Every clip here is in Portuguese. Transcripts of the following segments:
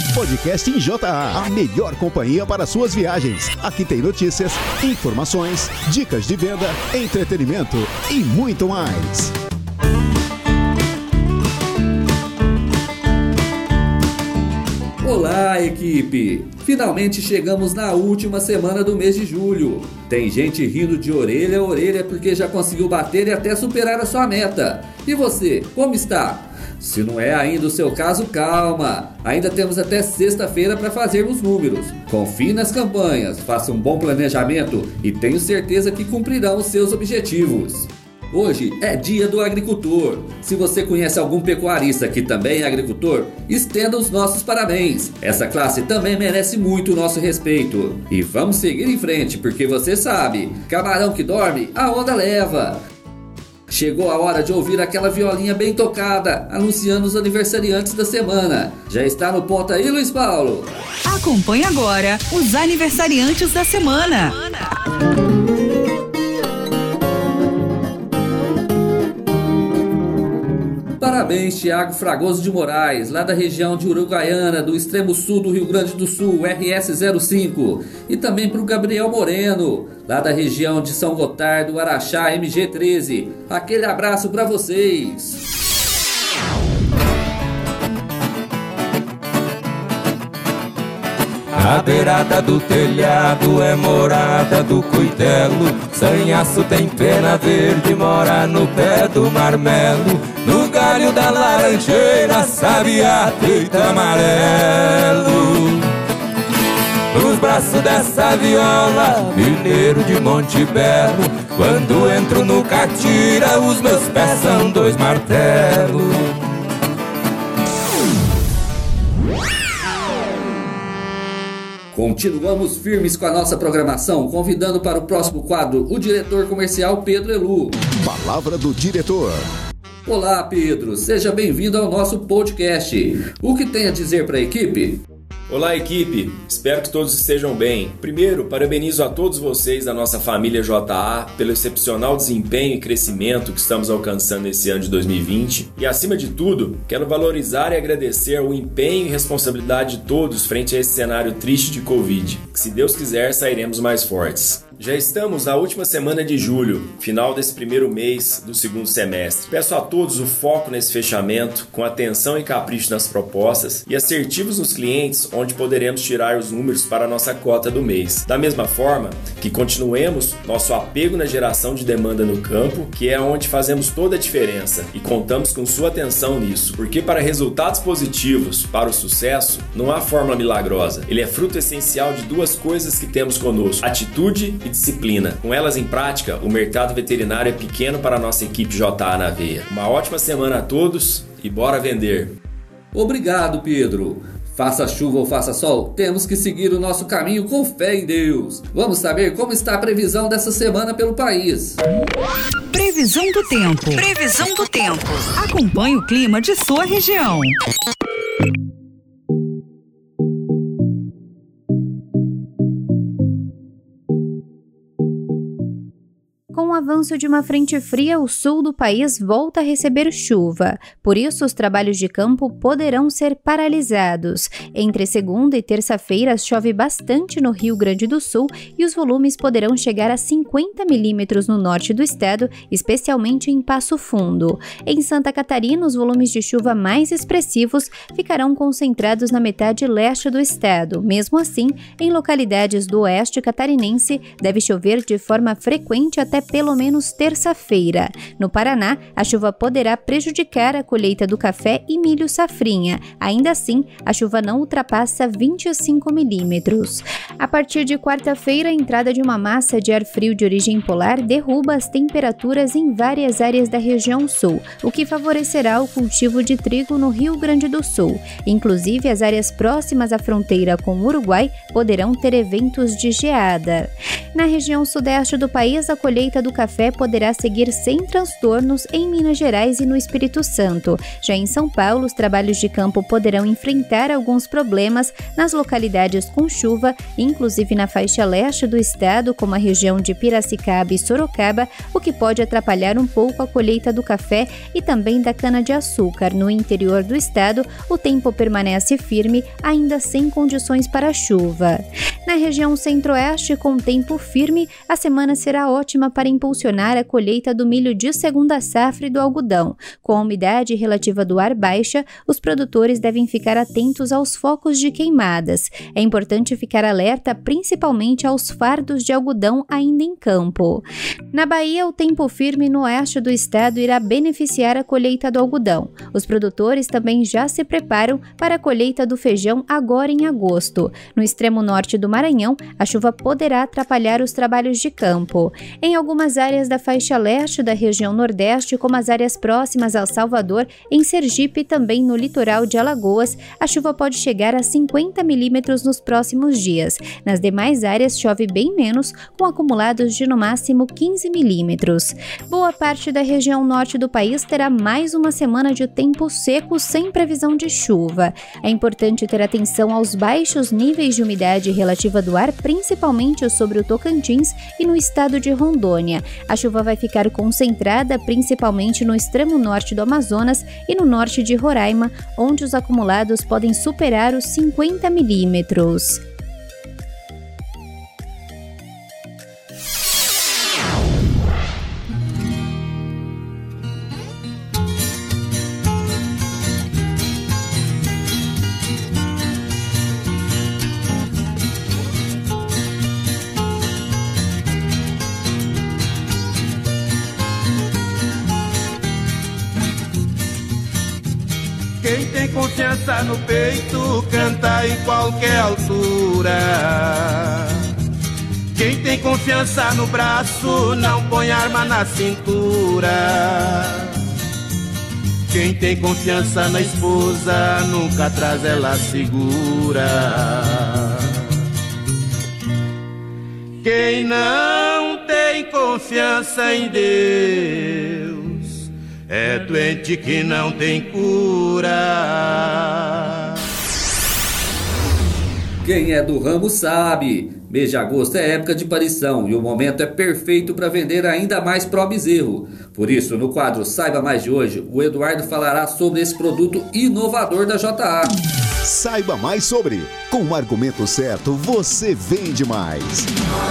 Podcast em JA, a melhor companhia para suas viagens. Aqui tem notícias, informações, dicas de venda, entretenimento e muito mais. Olá, equipe! Finalmente chegamos na última semana do mês de julho. Tem gente rindo de orelha a orelha porque já conseguiu bater e até superar a sua meta. E você, como está? Se não é ainda o seu caso, calma! Ainda temos até sexta-feira para fazermos números. Confie nas campanhas, faça um bom planejamento e tenho certeza que cumprirão os seus objetivos. Hoje é dia do agricultor. Se você conhece algum pecuarista que também é agricultor, estenda os nossos parabéns. Essa classe também merece muito o nosso respeito. E vamos seguir em frente, porque você sabe, camarão que dorme, a onda leva. Chegou a hora de ouvir aquela violinha bem tocada, anunciando os aniversariantes da semana. Já está no ponto aí, Luiz Paulo? Acompanhe agora os aniversariantes da semana. Parabéns, Thiago Fragoso de Moraes, lá da região de Uruguaiana, do extremo sul do Rio Grande do Sul, RS05. E também para o Gabriel Moreno, lá da região de São Gotardo, Araxá, MG13. Aquele abraço para vocês. A beirada do telhado é morada do cuitelo. Sanhaço tem pena verde, mora no pé do marmelo. No galho da laranjeira, sabiá deita amarelo. Nos braços dessa viola, mineiro de Monte Belo. Quando entro no catira, os meus pés são dois martelos. Continuamos firmes com a nossa programação, convidando para o próximo quadro o diretor comercial Pedro Elu. Palavra do diretor. Olá, Pedro, seja bem-vindo ao nosso podcast. O que tem a dizer para a equipe? Olá, equipe! Espero que todos estejam bem. Primeiro, parabenizo a todos vocês da nossa família JA pelo excepcional desempenho e crescimento que estamos alcançando nesse ano de 2020. E, acima de tudo, quero valorizar e agradecer o empenho e responsabilidade de todos frente a esse cenário triste de Covid, que, se Deus quiser, sairemos mais fortes. Já estamos na última semana de julho, final desse primeiro mês do segundo semestre. Peço a todos o foco nesse fechamento, com atenção e capricho nas propostas e assertivos nos clientes, onde poderemos tirar os números para a nossa cota do mês. Da mesma forma, que continuemos nosso apego na geração de demanda no campo, que é onde fazemos toda a diferença e contamos com sua atenção nisso, porque para resultados positivos, para o sucesso, não há fórmula milagrosa. Ele é fruto essencial de duas coisas que temos conosco: atitude e disciplina. Com elas em prática, o mercado veterinário é pequeno para a nossa equipe JA na veia. Uma ótima semana a todos e bora vender! Obrigado, Pedro! Faça chuva ou faça sol, temos que seguir o nosso caminho com fé em Deus. Vamos saber como está a previsão dessa semana pelo país. Previsão do tempo. Previsão do tempo. Acompanhe o clima de sua região. Com o avanço de uma frente fria, o sul do país volta a receber chuva. Por isso, os trabalhos de campo poderão ser paralisados. Entre segunda e terça-feira, chove bastante no Rio Grande do Sul e os volumes poderão chegar a 50 milímetros no norte do estado, especialmente em Passo Fundo. Em Santa Catarina, os volumes de chuva mais expressivos ficarão concentrados na metade leste do estado. Mesmo assim, em localidades do oeste catarinense, deve chover de forma frequente até pelo menos terça-feira. No Paraná, a chuva poderá prejudicar a colheita do café e milho safrinha. Ainda assim, a chuva não ultrapassa 25 milímetros. A partir de quarta-feira, a entrada de uma massa de ar frio de origem polar derruba as temperaturas em várias áreas da região sul, o que favorecerá o cultivo de trigo no Rio Grande do Sul. Inclusive, as áreas próximas à fronteira com o Uruguai poderão ter eventos de geada. Na região sudeste do país, a colheita colheita do café poderá seguir sem transtornos em Minas Gerais e no Espírito Santo. Já em São Paulo, os trabalhos de campo poderão enfrentar alguns problemas nas localidades com chuva, inclusive na faixa leste do estado, como a região de Piracicaba e Sorocaba, o que pode atrapalhar um pouco a colheita do café e também da cana-de-açúcar. No interior do estado, o tempo permanece firme, ainda sem condições para chuva. Na região centro-oeste, com tempo firme, a semana será ótima para impulsionar a colheita do milho de segunda safra e do algodão. Com a umidade relativa do ar baixa, os produtores devem ficar atentos aos focos de queimadas. É importante ficar alerta principalmente aos fardos de algodão ainda em campo. Na Bahia, o tempo firme no oeste do estado irá beneficiar a colheita do algodão. Os produtores também já se preparam para a colheita do feijão agora em agosto. No extremo norte do Maranhão, a chuva poderá atrapalhar os trabalhos de campo. Em algumas áreas da faixa leste da região nordeste, como as áreas próximas a Salvador, em Sergipe e também no litoral de Alagoas, a chuva pode chegar a 50 milímetros nos próximos dias. Nas demais áreas, chove bem menos, com acumulados de no máximo 15 milímetros. Boa parte da região norte do país terá mais uma semana de tempo seco sem previsão de chuva. É importante ter atenção aos baixos níveis de umidade relativa do ar, principalmente sobre o Tocantins e no estado de Rondônia. A chuva vai ficar concentrada principalmente no extremo norte do Amazonas e no norte de Roraima, onde os acumulados podem superar os 50 milímetros. Quem tem confiança no peito canta em qualquer altura. Quem tem confiança no braço não põe arma na cintura. Quem tem confiança na esposa nunca traz ela segura. Quem não tem confiança em Deus é doente que não tem cura. Quem é do ramo sabe. Mês de agosto é época de parição e o momento é perfeito para vender ainda mais Pro Bezerro. Por isso, no quadro Saiba Mais de hoje, o Eduardo falará sobre esse produto inovador da JA. Saiba mais sobre. Com o argumento certo, você vende mais.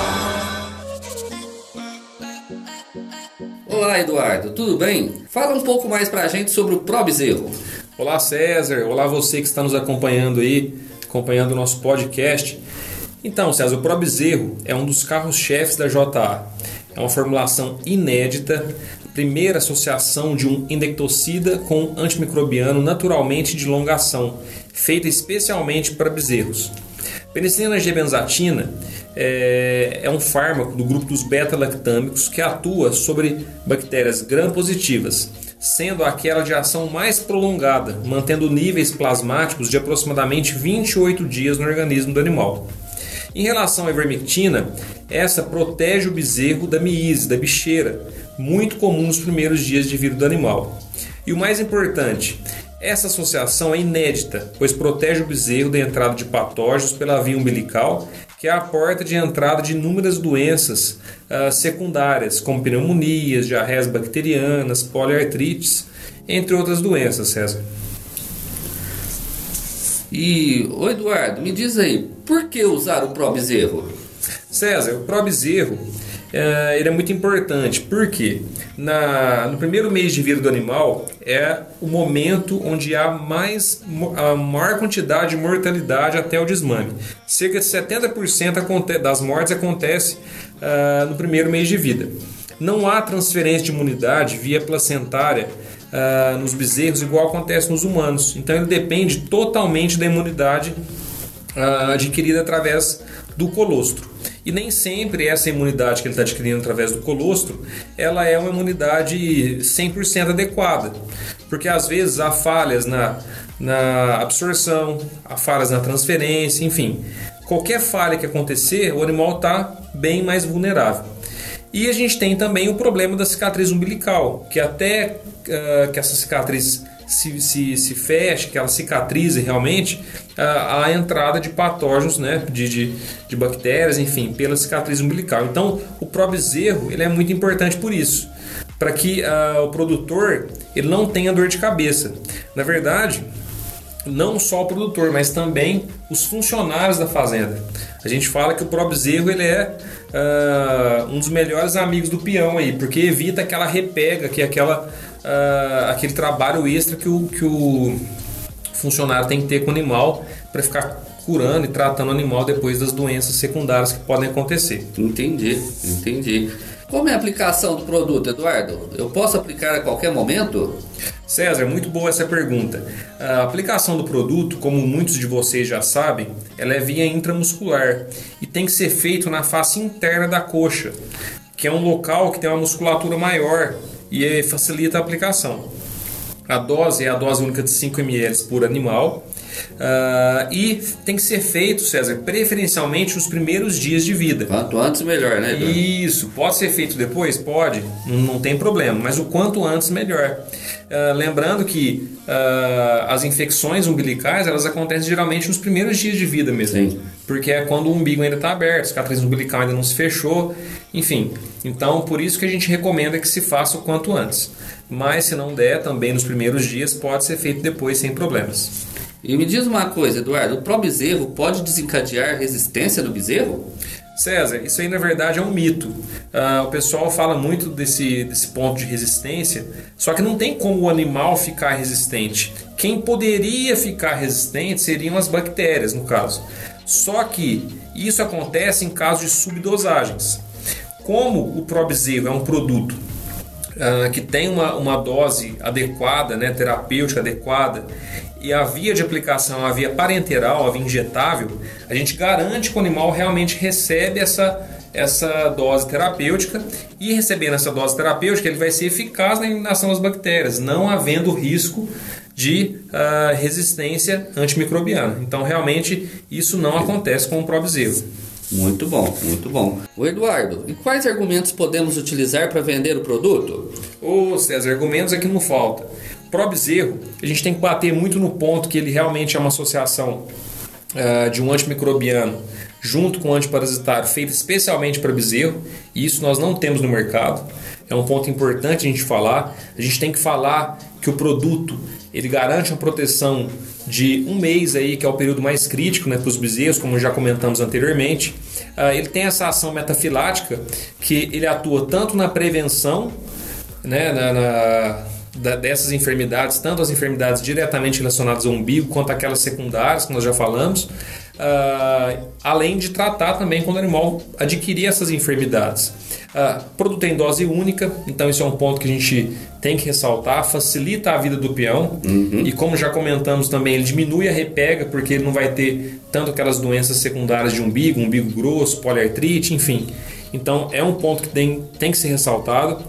Olá, Eduardo, tudo bem? Fala um pouco mais pra gente sobre o Pro Bezerro. Olá, César. Olá, você que está nos acompanhando aí, acompanhando o nosso podcast. Então, César, o Pro Bezerro é um dos carros-chefes da JA. É uma formulação inédita, primeira associação de um indectocida com um antimicrobiano naturalmente de longa ação, feita especialmente para bezerros. Penicilina G-benzatina é um fármaco do grupo dos beta-lactâmicos que atua sobre bactérias gram-positivas, sendo aquela de ação mais prolongada, mantendo níveis plasmáticos de aproximadamente 28 dias no organismo do animal. Em relação à ivermectina, essa protege o bezerro da miíase, da bicheira, muito comum nos primeiros dias de vida do animal. E o mais importante, essa associação é inédita, pois protege o bezerro da entrada de patógenos pela via umbilical, que é a porta de entrada de inúmeras doenças secundárias, como pneumonias, diarreias bacterianas, poliartrites, entre outras doenças, César. E, ô Eduardo, me diz aí, por que usar o Pro Bezerro? César, o Pro Bezerro ele é muito importante, porque no primeiro mês de vida do animal é o momento onde há a maior quantidade de mortalidade até o desmame. Cerca de 70% das mortes acontece no primeiro mês de vida. Não há transferência de imunidade via placentária nos bezerros igual acontece nos humanos. Então ele depende totalmente da imunidade adquirida através do colostro. E nem sempre essa imunidade que ele está adquirindo através do colostro, ela é uma imunidade 100% adequada. Porque às vezes há falhas na absorção, há falhas na transferência, enfim. Qualquer falha que acontecer, o animal está bem mais vulnerável. E a gente tem também o problema da cicatriz umbilical, que até que essa cicatriz se feche, que ela cicatrize realmente, a entrada de patógenos, né, de bactérias, enfim, pela cicatriz umbilical. Então, o pró-bezerro ele é muito importante por isso, para que o produtor ele não tenha dor de cabeça. Na verdade, não só o produtor, mas também os funcionários da fazenda. A gente fala que o pró-bezerro ele é um dos melhores amigos do peão aí, porque evita aquela repega, que é aquele trabalho extra que o funcionário tem que ter com o animal para ficar curando e tratando o animal depois das doenças secundárias que podem acontecer. Entendi. Como é a aplicação do produto, Eduardo? Eu posso aplicar a qualquer momento? César, muito boa essa pergunta. A aplicação do produto, como muitos de vocês já sabem, ela é via intramuscular e tem que ser feito na face interna da coxa, que é um local que tem uma musculatura maior e facilita a aplicação. A dose é a dose única de 5 ml por animal. E tem que ser feito, César, preferencialmente nos primeiros dias de vida. Quanto antes melhor, né, Eduardo? Isso, pode ser feito depois? Pode, não tem problema, mas o quanto antes melhor. Lembrando que as infecções umbilicais elas acontecem geralmente nos primeiros dias de vida mesmo. Sim. Porque é quando o umbigo ainda está aberto, a cicatriz umbilical ainda não se fechou, enfim. Então, por isso que a gente recomenda que se faça o quanto antes. Mas se não der, também nos primeiros dias, pode ser feito depois sem problemas. E me diz uma coisa, Eduardo, o pró-bezerro pode desencadear resistência do bezerro? César, isso aí na verdade é um mito. O pessoal fala muito desse ponto de resistência, só que não tem como o animal ficar resistente. Quem poderia ficar resistente seriam as bactérias, no caso. Só que isso acontece em caso de subdosagens. Como o pró-bezerro é um produto que tem uma dose adequada, né, terapêutica adequada, e a via de aplicação, a via parenteral, a via injetável, a gente garante que o animal realmente recebe essa dose terapêutica, e recebendo essa dose terapêutica ele vai ser eficaz na eliminação das bactérias, não havendo risco de resistência antimicrobiana. Então realmente isso não acontece com o pró-bezerro. Muito bom, muito bom. Ô Eduardo, e quais argumentos podemos utilizar para vender o produto? César, argumentos aqui não falta. Pró-bezerro, a gente tem que bater muito no ponto que ele realmente é uma associação de um antimicrobiano junto com um antiparasitário feito especialmente para bezerro, e isso nós não temos no mercado. É um ponto importante a gente falar. A gente tem que falar que o produto ele garante uma proteção de 1 mês, aí, que é o período mais crítico, né, para os bezerros, como já comentamos anteriormente. Ele tem essa ação metafilática que ele atua tanto na prevenção, né, dessas enfermidades, tanto as enfermidades diretamente relacionadas ao umbigo quanto aquelas secundárias que nós já falamos, além de tratar também quando o animal adquirir essas enfermidades. O produto tem dose única, então isso é um ponto que a gente tem que ressaltar, facilita a vida do peão. E como já comentamos também, ele diminui a repega, porque ele não vai ter tanto aquelas doenças secundárias de umbigo grosso, poliartrite, enfim. Então é um ponto que tem que ser ressaltado.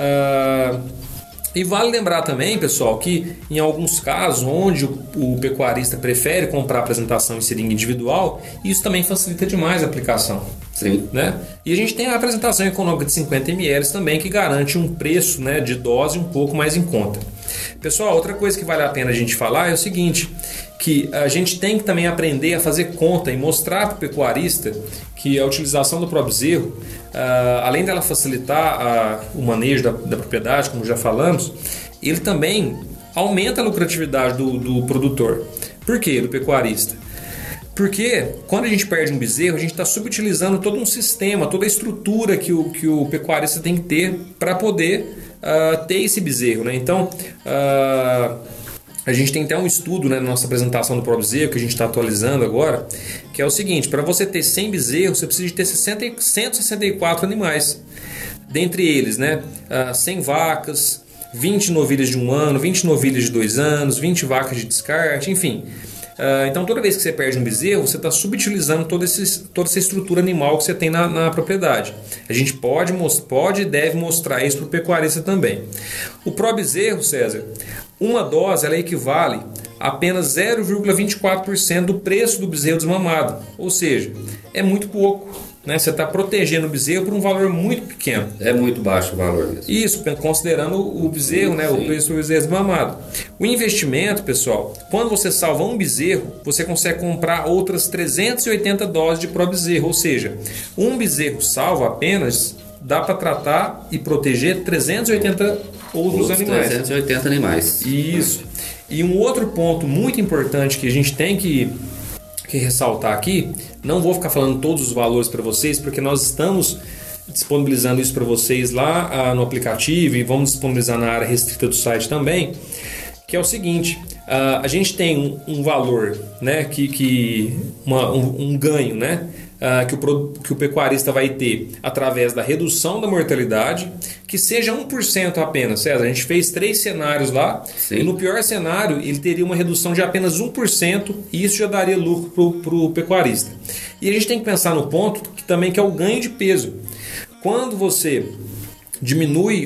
E vale lembrar também, pessoal, que em alguns casos onde o pecuarista prefere comprar a apresentação em seringa individual, isso também facilita demais a aplicação. Sim. Né? E a gente tem a apresentação econômica de 50 ml também, que garante um preço, né, de dose um pouco mais em conta. Pessoal, outra coisa que vale a pena a gente falar é o seguinte, que a gente tem que também aprender a fazer conta e mostrar para o pecuarista que a utilização do pró-bezerro, além dela facilitar o manejo da propriedade, como já falamos, ele também aumenta a lucratividade do produtor. Por quê? Do pecuarista. Porque quando a gente perde um bezerro, a gente está subutilizando todo um sistema, toda a estrutura que o pecuarista tem que ter para poder ter esse bezerro, né? Então, a gente tem até um estudo, né, na nossa apresentação do pró-bezerro, que a gente está atualizando agora, que é o seguinte: para você ter 100 bezerros, você precisa de ter 164 animais. Dentre eles, né, 100 vacas, 20 novilhas de 1 ano, 20 novilhas de 2 anos, 20 vacas de descarte, enfim. Então toda vez que você perde um bezerro, você está subutilizando toda essa estrutura animal que você tem na propriedade. A gente pode e deve mostrar isso para o pecuarista também. O pró-bezerro, César, uma dose ela equivale a apenas 0,24% do preço do bezerro desmamado. Ou seja, é muito pouco. né? Você está protegendo o bezerro por um valor muito pequeno. É muito baixo o valor mesmo. Isso, considerando o bezerro, né? O preço do bezerro desmamado. O investimento, pessoal, quando você salva um bezerro, você consegue comprar outras 380 doses de Pro-Bezerro, ou seja, um bezerro salvo apenas dá para tratar e proteger 380 outros animais. 380 animais. Isso. E um outro ponto muito importante que a gente tem que ressaltar aqui, não vou ficar falando todos os valores para vocês, porque nós estamos disponibilizando isso para vocês lá no aplicativo e vamos disponibilizar na área restrita do site também, que é o seguinte, a gente tem um valor, né, um ganho, né, que o pecuarista vai ter através da redução da mortalidade, que seja 1% apenas. César, a gente fez 3 cenários lá. Sim. E no pior cenário ele teria uma redução de apenas 1% e isso já daria lucro para o pecuarista. E a gente tem que pensar no ponto que é o ganho de peso. Quando você diminui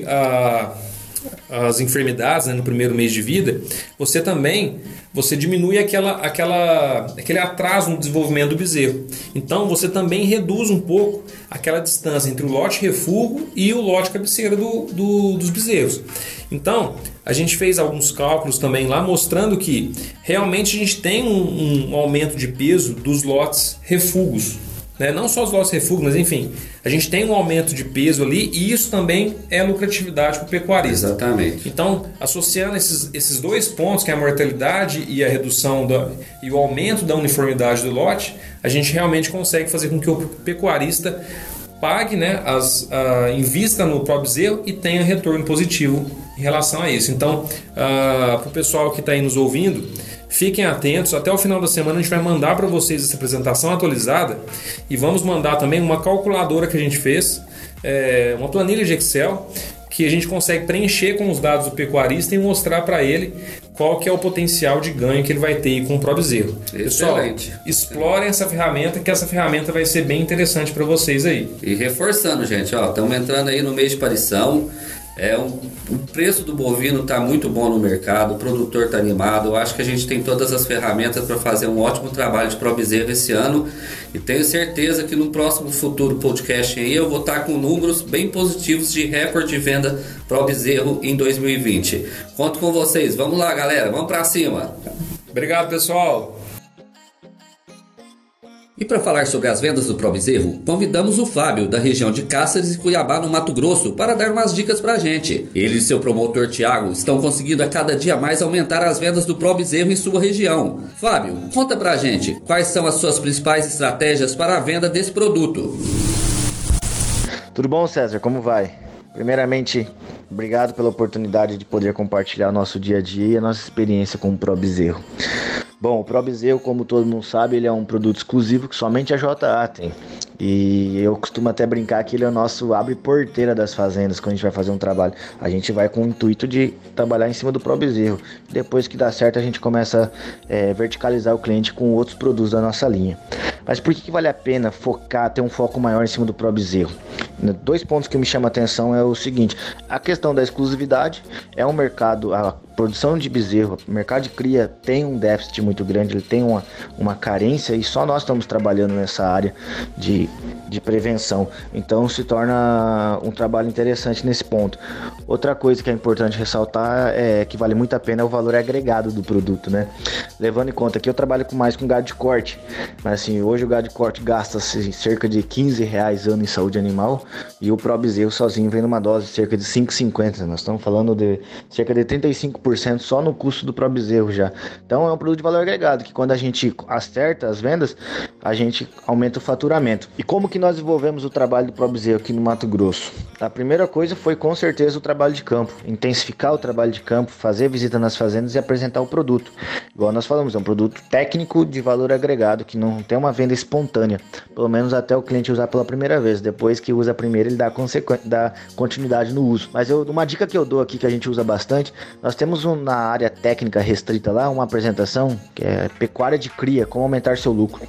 as enfermidades, né, no primeiro mês de vida, você diminui aquele atraso no desenvolvimento do bezerro. Então você também reduz um pouco aquela distância entre o lote refúgio e o lote cabeceira dos bezerros. Então a gente fez alguns cálculos também lá mostrando que realmente a gente tem um aumento de peso dos lotes refúgios. Né? Não só os lotes refúgios, mas enfim, a gente tem um aumento de peso ali e isso também é lucratividade para o pecuarista. Exatamente. Então, associando esses dois pontos, que é a mortalidade e a redução e o aumento da uniformidade do lote, a gente realmente consegue fazer com que o pecuarista pague, né, invista no Pro-Bezerro e tenha retorno positivo em relação a isso. Então, para o pessoal que está aí nos ouvindo, fiquem atentos, até o final da semana a gente vai mandar para vocês essa apresentação atualizada e vamos mandar também uma calculadora que a gente fez, uma planilha de Excel que a gente consegue preencher com os dados do pecuarista e mostrar para ele qual que é o potencial de ganho que ele vai ter com o Pro-Bezerro. Pessoal, explorem essa ferramenta, que essa ferramenta vai ser bem interessante para vocês aí. E reforçando, gente, estamos entrando aí no mês de parição. O preço do bovino está muito bom no mercado, o produtor está animado. Eu acho que a gente tem todas as ferramentas para fazer um ótimo trabalho de Pro-Bezerro esse ano e tenho certeza que no próximo futuro podcast aí eu vou estar com números bem positivos de recorde de venda Pro-Bezerro em 2020. Conto com vocês, vamos lá galera, vamos para cima. Obrigado pessoal. E para falar sobre as vendas do Pro-Bezerro, convidamos o Fábio, da região de Cáceres e Cuiabá, no Mato Grosso, para dar umas dicas pra gente. Ele e seu promotor Thiago estão conseguindo a cada dia mais aumentar as vendas do Pro-Bezerro em sua região. Fábio, conta pra gente, quais são as suas principais estratégias para a venda desse produto? Tudo bom, César? Como vai? Primeiramente, obrigado pela oportunidade de poder compartilhar nosso dia a dia e a nossa experiência com o Pro-Bezerro. Bom, o Pro-Bezerro, como todo mundo sabe, ele é um produto exclusivo que somente a JA tem. E eu costumo até brincar que ele é o nosso abre-porteira das fazendas quando a gente vai fazer um trabalho. A gente vai com o intuito de trabalhar em cima do Pro-Bezerro. Depois que dá certo, a gente começa a verticalizar o cliente com outros produtos da nossa linha. Mas por que vale a pena ter um foco maior em cima do Pro-Bezerro? 2 pontos que me chamam a atenção é o seguinte: a questão da exclusividade. É um mercado, a produção de bezerro, o mercado de cria tem um déficit muito grande, ele tem uma carência e só nós estamos trabalhando nessa área de prevenção. Então se torna um trabalho interessante nesse ponto. Outra coisa que é importante ressaltar é que vale muito a pena o valor agregado do produto, né? Levando em conta que eu trabalho mais com gado de corte, mas assim, hoje o gado de corte gasta cerca de R$15 ano em saúde animal e o Pro-Bezerro sozinho vem numa dose de cerca de R$5,50. Nós estamos falando de cerca de 35% só no custo do Pro-Bezerro já. Então é um produto de valor agregado que quando a gente acerta as vendas, a gente aumenta o faturamento. E como que nós desenvolvemos o trabalho do Pro-Bezerro aqui no Mato Grosso? A primeira coisa foi com certeza o trabalho de campo, intensificar o trabalho de campo, fazer visita nas fazendas e apresentar o produto. Igual nós falamos, é um produto técnico de valor agregado, que não tem uma venda espontânea, pelo menos até o cliente usar pela primeira vez. Depois que usa a primeira, ele dá continuidade no uso. Mas uma dica que eu dou aqui, que a gente usa bastante, nós temos na área técnica restrita lá, uma apresentação que é pecuária de cria, como aumentar seu lucro.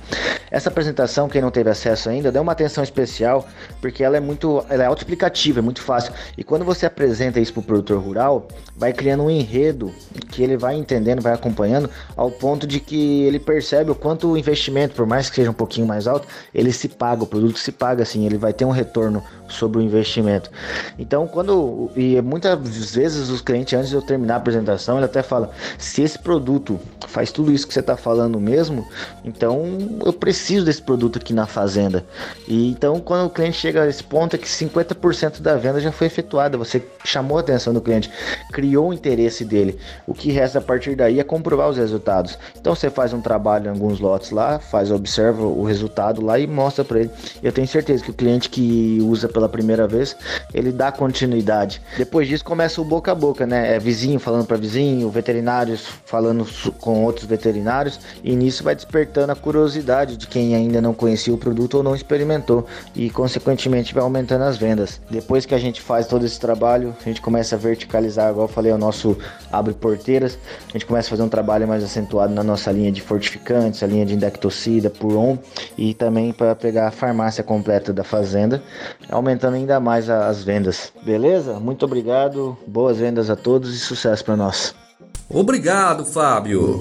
Essa apresentação, quem não teve acesso ainda, dê uma atenção especial, porque ela é autoexplicativa, é muito fácil. E quando você apresenta isso para o produtor rural, vai criando um enredo que ele vai entendendo, vai acompanhando, ao ponto de que ele percebe o quanto o investimento, por mais que seja um pouquinho mais alto, ele se paga, o produto se paga assim, ele vai ter um retorno sobre o investimento. Então, muitas vezes os clientes, antes de eu terminar a apresentação, ele até fala: se esse produto faz tudo isso que você está falando mesmo, então eu preciso desse produto aqui na fazenda. E então, quando o cliente chega a esse ponto, é que 50% da venda já foi efetuada, você chamou a atenção do cliente, criou o interesse dele. O que resta a partir daí é comprovar os resultados. Então você faz um trabalho em alguns lotes lá, observa o resultado lá e mostra para ele. Eu tenho certeza que o cliente que usa pela primeira vez, ele dá continuidade. Depois disso começa o boca a boca, né? É vizinho falando para vizinho, veterinários falando com outros veterinários, e nisso vai despertando a curiosidade de quem ainda não conhecia o produto ou não experimentou, e consequentemente vai aumentando as vendas. Depois que a gente faz todo esse trabalho, a gente começa a verticalizar, igual eu falei, o nosso abre porteiras, a gente começa a fazer um trabalho mais acentuado na nossa linha de fortificantes, a linha de indectocida, puron, e também para pegar a farmácia completa da fazenda, aumentando ainda mais as vendas. Beleza? Muito obrigado, boas vendas a todos e sucesso para nós. Obrigado, Fábio.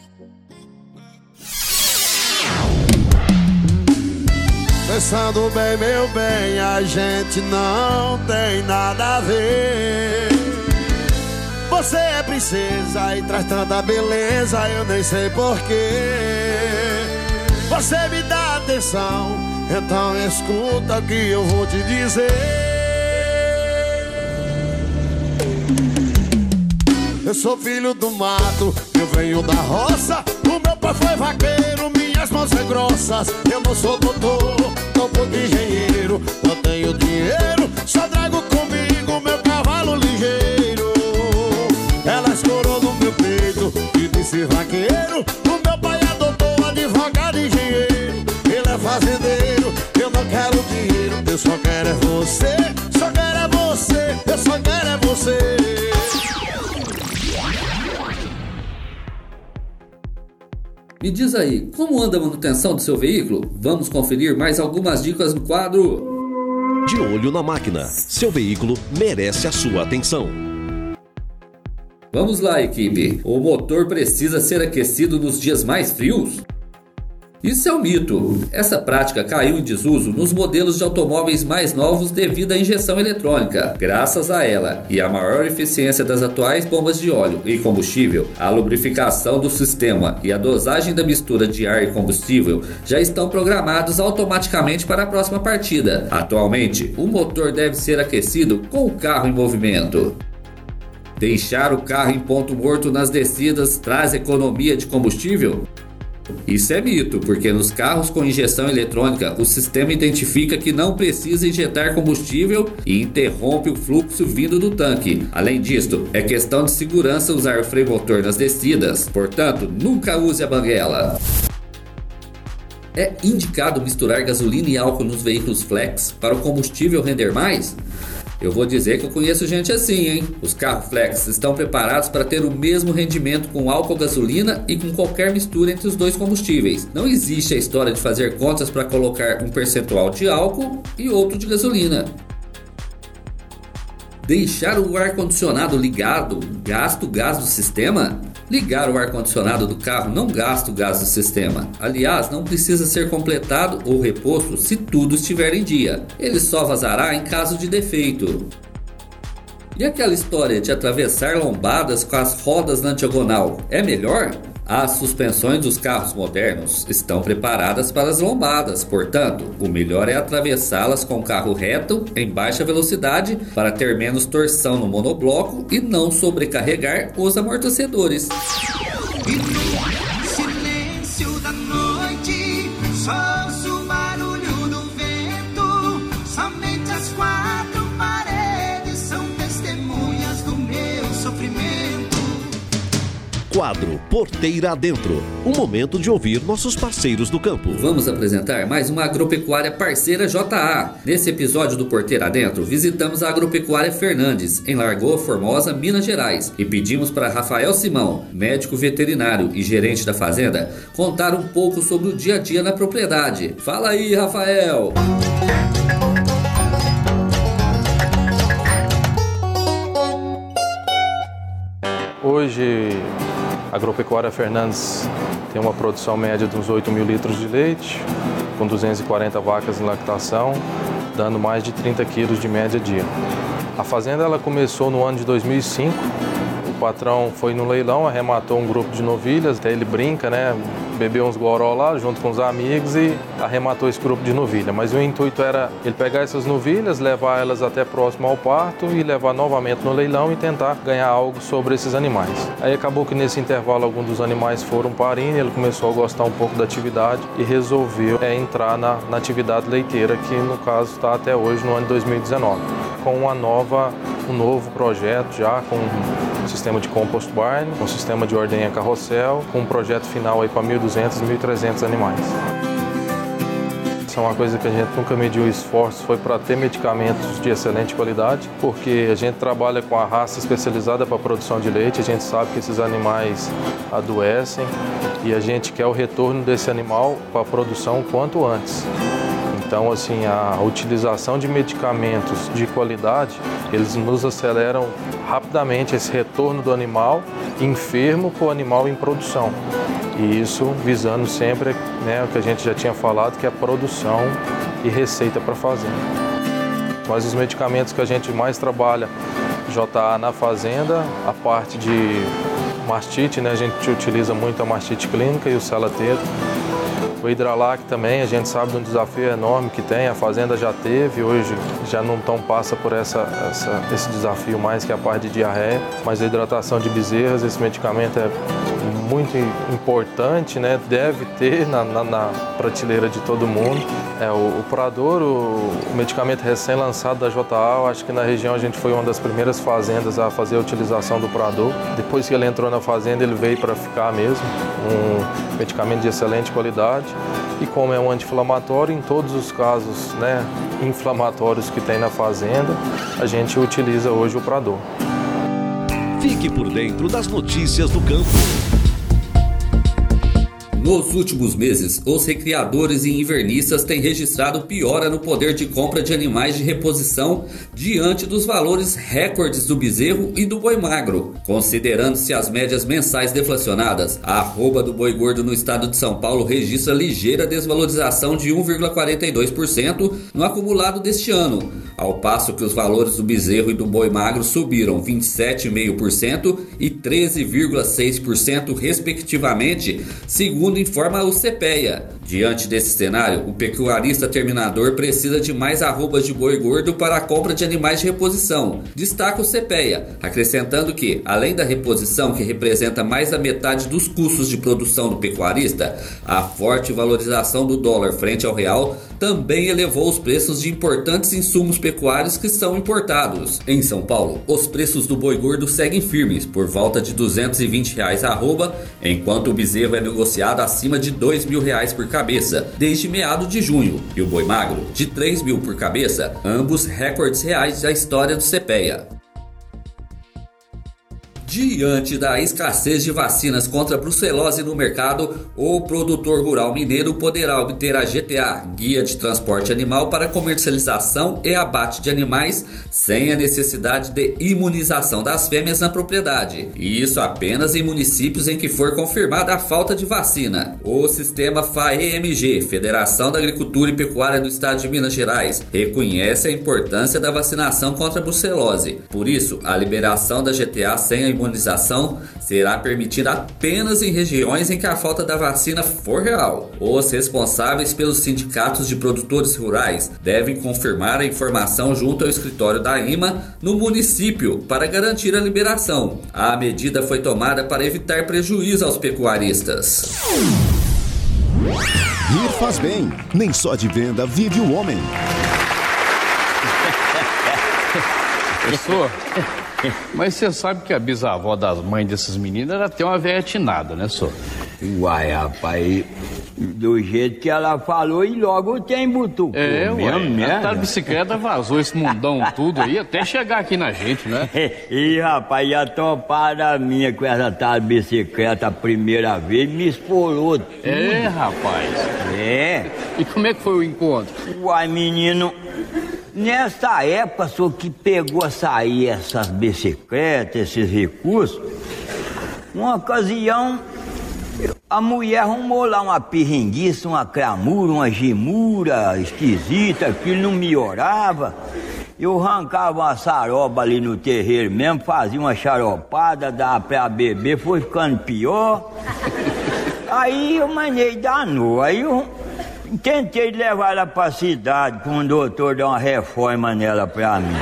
Pensando bem, meu bem, a gente não tem nada a ver. Você é princesa e traz tanta beleza, eu nem sei porquê. Você me dá atenção, então escuta o que eu vou te dizer. Eu sou filho do mato, eu venho da roça. O meu pai foi vaqueiro, minhas mãos são grossas. Eu não sou doutor, não sou engenheiro. Não tenho dinheiro, só trago comigo meu cavalo ligeiro. Ela escorou no meu peito e disse vaqueiro. O meu pai é doutor, advogado, engenheiro. Ele é fazendeiro, eu não quero dinheiro. Eu só quero é você, só quero é você. Eu só quero é você. Me diz aí, como anda a manutenção do seu veículo? Vamos conferir mais algumas dicas no quadro De Olho na Máquina. Seu veículo merece a sua atenção. Vamos lá, equipe. O motor precisa ser aquecido nos dias mais frios? Isso é um mito. Essa prática caiu em desuso nos modelos de automóveis mais novos devido à injeção eletrônica. Graças a ela e à maior eficiência das atuais bombas de óleo e combustível, a lubrificação do sistema e a dosagem da mistura de ar e combustível já estão programados automaticamente para a próxima partida. Atualmente, o motor deve ser aquecido com o carro em movimento. Deixar o carro em ponto morto nas descidas traz economia de combustível? Isso é mito, porque nos carros com injeção eletrônica, o sistema identifica que não precisa injetar combustível e interrompe o fluxo vindo do tanque. Além disso, é questão de segurança usar o freio motor nas descidas, portanto, nunca use a banguela. É indicado misturar gasolina e álcool nos veículos flex para o combustível render mais? Eu vou dizer que eu conheço gente assim, hein? Os carros flex estão preparados para ter o mesmo rendimento com álcool, gasolina e com qualquer mistura entre os dois combustíveis. Não existe a história de fazer contas para colocar um percentual de álcool e outro de gasolina. Deixar o ar-condicionado ligado gasta o gás do sistema? Ligar o ar-condicionado do carro não gasta o gás do sistema. Aliás, não precisa ser completado ou reposto se tudo estiver em dia. Ele só vazará em caso de defeito. E aquela história de atravessar lombadas com as rodas na diagonal, é melhor? As suspensões dos carros modernos estão preparadas para as lombadas, portanto, o melhor é atravessá-las com o carro reto, em baixa velocidade, para ter menos torção no monobloco e não sobrecarregar os amortecedores. Silêncio da noite, só ouço o barulho do vento, somente as quatro paredes são testemunhas do meu sofrimento. Quadro Porteira Adentro. Um momento de ouvir nossos parceiros do campo. Vamos apresentar mais uma agropecuária parceira JA. Nesse episódio do Porteira Adentro, visitamos a Agropecuária Fernandes, em Lagoa Formosa, Minas Gerais, e pedimos para Rafael Simão, médico veterinário e gerente da fazenda, contar um pouco sobre o dia a dia na propriedade. Fala aí, Rafael! Hoje, a Agropecuária Fernandes tem uma produção média de uns 8 mil litros de leite, com 240 vacas em lactação, dando mais de 30 quilos de média dia. A fazenda ela começou no ano de 2005. O patrão foi no leilão, arrematou um grupo de novilhas, até ele brinca, né? Bebeu uns goró lá junto com os amigos e arrematou esse grupo de novilha. Mas o intuito era ele pegar essas novilhas, levar elas até próximo ao parto e levar novamente no leilão e tentar ganhar algo sobre esses animais. Aí acabou que nesse intervalo alguns dos animais foram parindo, ele começou a gostar um pouco da atividade e resolveu entrar na atividade leiteira, que no caso está até hoje, no ano de 2019, com um novo projeto já com um sistema de compost barn, um sistema de ordenha carrossel, com um projeto final aí para 1.200, 1.300 animais. Isso é uma coisa que a gente nunca mediu esforço, foi para ter medicamentos de excelente qualidade, porque a gente trabalha com a raça especializada para a produção de leite, a gente sabe que esses animais adoecem e a gente quer o retorno desse animal para a produção quanto antes. Então, assim, a utilização de medicamentos de qualidade, eles nos aceleram rapidamente esse retorno do animal enfermo para o animal em produção. E isso visando sempre, né, o que a gente já tinha falado, que é a produção e receita para a fazenda. Mas os medicamentos que a gente mais trabalha, JA na fazenda, a parte de mastite, né, a gente utiliza muito a mastite clínica e o Selateto. O Hidralac também, a gente sabe de um desafio enorme que tem, a fazenda já teve, hoje já não passa por esse desafio mais, que é a parte de diarreia, mas a hidratação de bezerras, esse medicamento é muito importante, né? Deve ter na prateleira de todo mundo. O Prador, o medicamento recém-lançado da JA, eu acho que na região a gente foi uma das primeiras fazendas a fazer a utilização do Prador. Depois que ele entrou na fazenda, ele veio para ficar mesmo, um medicamento de excelente qualidade. E como é um anti-inflamatório, em todos os casos, né, inflamatórios que tem na fazenda, a gente utiliza hoje o Prador. Fique por dentro das notícias do campo. Nos últimos meses, os recriadores e invernistas têm registrado piora no poder de compra de animais de reposição diante dos valores recordes do bezerro e do boi magro. Considerando-se as médias mensais deflacionadas, a arroba do boi gordo no estado de São Paulo registra ligeira desvalorização de 1,42% no acumulado deste ano, ao passo que os valores do bezerro e do boi magro subiram 27,5% e 13,6% respectivamente, segundo informa o CPEA. Diante desse cenário, o pecuarista terminador precisa de mais arrobas de boi gordo para a compra de animais de reposição, destaca o CPEA, acrescentando que, além da reposição, que representa mais da metade dos custos de produção do pecuarista, a forte valorização do dólar frente ao real também elevou os preços de importantes insumos pecuários que são importados. Em São Paulo, os preços do boi gordo seguem firmes, por volta de R$ 220 a arroba, enquanto o bezerro é negociado acima de R$ 2.000 por cabeça, desde meados de junho, e o boi magro, de R$ 3.000 por cabeça, ambos recordes reais da história do CPEA. Diante da escassez de vacinas contra a brucelose no mercado, o produtor rural mineiro poderá obter a GTA, Guia de Transporte Animal para comercialização e abate de animais, sem a necessidade de imunização das fêmeas na propriedade. E isso apenas em municípios em que for confirmada a falta de vacina. O sistema FAEMG, Federação da Agricultura e Pecuária do Estado de Minas Gerais, reconhece a importância da vacinação contra a brucelose. Por isso, a liberação da GTA sem a imunização será permitida apenas em regiões em que a falta da vacina for real. Os responsáveis pelos sindicatos de produtores rurais devem confirmar a informação junto ao escritório da IMA no município para garantir a liberação. A medida foi tomada para evitar prejuízo aos pecuaristas. Rir faz bem, nem só de venda vive o homem. Professor, mas você sabe que a bisavó das mães dessas meninas era até uma velha atinada, né, senhor? Uai, rapaz, do jeito que ela falou e logo tem butucou. A bicicleta vazou esse mundão tudo aí até chegar aqui na gente, né? E rapaz, a topada minha com essa tal bicicleta a primeira vez me esfolou tudo. É, rapaz. É. E como é que foi o encontro? Uai, menino, nessa época, só que pegou a sair essas bicicletas, esses recursos, uma ocasião, a mulher arrumou lá uma pirringuiça, uma cramura, uma gemura esquisita, aquilo não melhorava. Eu arrancava uma saroba ali no terreiro mesmo, fazia uma xaropada, dava pra beber, foi ficando pior. Aí eu manei danou, aí eu tentei levar ela pra cidade, pra um doutor dar uma reforma nela pra mim.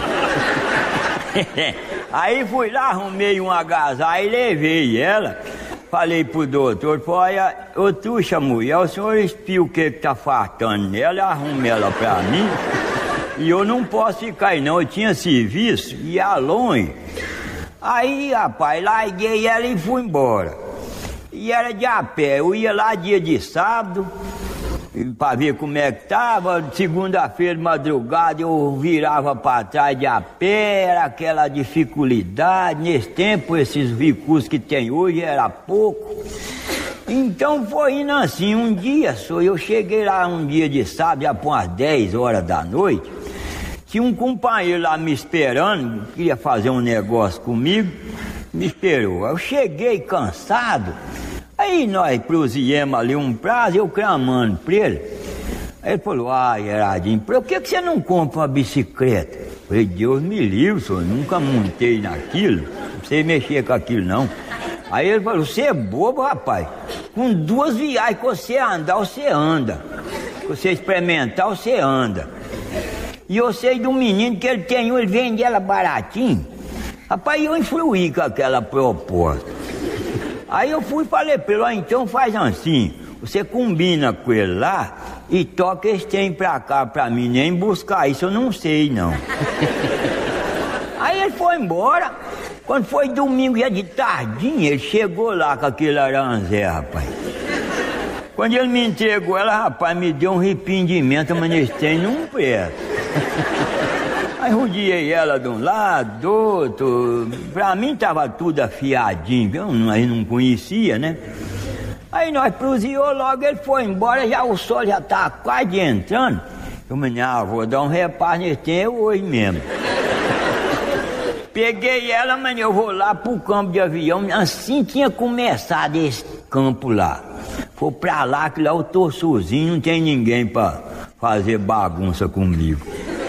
Aí fui lá, arrumei um agasalho e levei ela. Falei pro doutor, olha, ô truxa mulher, o senhor espia o que tá faltando nela, arrume ela pra mim. E eu não posso ficar aí não, eu tinha serviço, ia longe. Aí, rapaz, larguei ela e fui embora. E era de a pé, eu ia lá dia de sábado, pra ver como é que tava. Segunda-feira de madrugada eu virava pra trás de a pé, era aquela dificuldade. Nesse tempo, esses recursos que tem hoje era pouco. Então foi indo assim, um dia só, eu cheguei lá um dia de sábado, já por umas 10 horas da noite. Tinha um companheiro lá me esperando, queria fazer um negócio comigo, me esperou. Eu cheguei cansado, aí nós prosseguimos ali um prazo, eu clamando pra ele. Aí ele falou, Gerardinho, por que você não compra uma bicicleta? Eu falei, Deus me livre, senhor, nunca montei naquilo, não sei mexer com aquilo não. Aí ele falou, você é bobo, rapaz, com 2 viagens que você andar, você anda. Se você experimentar, você anda. E eu sei de um menino que ele vende ela baratinho. Rapaz, eu influí com aquela proposta. Aí eu fui e falei pra ele, então faz assim, você combina com ele lá e toca esse trem pra cá pra mim, nem buscar isso eu não sei não. Aí ele foi embora, quando foi domingo já de tardinha, ele chegou lá com aquele aranzé, rapaz. Quando ele me entregou ela, rapaz, me deu um arrependimento, mas nesse trem não presta. Aí rodeei ela de um lado, do outro. Pra mim tava tudo afiadinho, nós não conhecia, né? Aí nós prosseguimos logo, ele foi embora, já o sol já tá quase entrando. Eu falei, vou dar um reparo nesse tempo hoje mesmo. Peguei ela, mas eu vou lá pro campo de avião, assim tinha começado esse campo lá. Foi pra lá, que lá eu tô sozinho, não tem ninguém pra fazer bagunça comigo.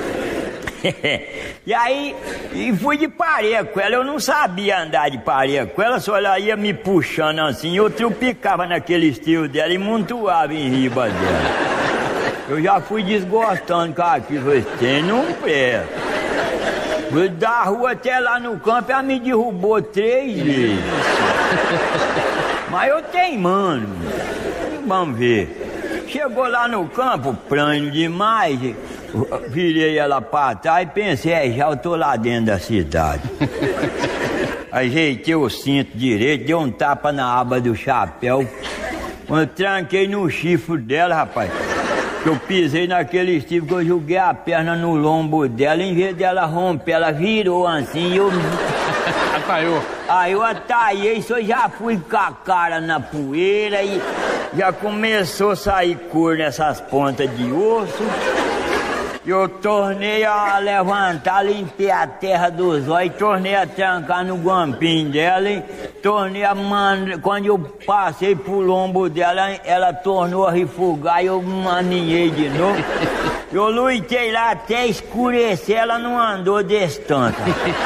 E aí, fui de pareia com ela, eu não sabia andar de pareia com ela, só ela ia me puxando assim, eu trupicava naquele estilo dela e montuava em riba dela. Eu já fui desgostando com aquilo, falei, não presta. Da rua até lá no campo, ela me derrubou 3 vezes. Mas eu teimando, vamos ver. Chegou lá no campo, pranho demais, virei ela pra trás e pensei, já eu tô lá dentro da cidade. Ajeitei o cinto direito, dei um tapa na aba do chapéu. Quando eu tranquei no chifre dela, rapaz, eu pisei naquele chifre que eu joguei a perna no lombo dela, em vez dela romper, ela virou assim e eu... Ataiou. Aí eu ataiei, só já fui com a cara na poeira e já começou a sair cor nessas pontas de osso. Eu tornei a levantar, limpei a terra dos olhos, tornei a trancar no guampinho dela, e tornei a quando eu passei pro lombo dela, ela tornou a refugar e eu maninhei de novo. Eu lutei lá até escurecer, ela não andou desse tanto.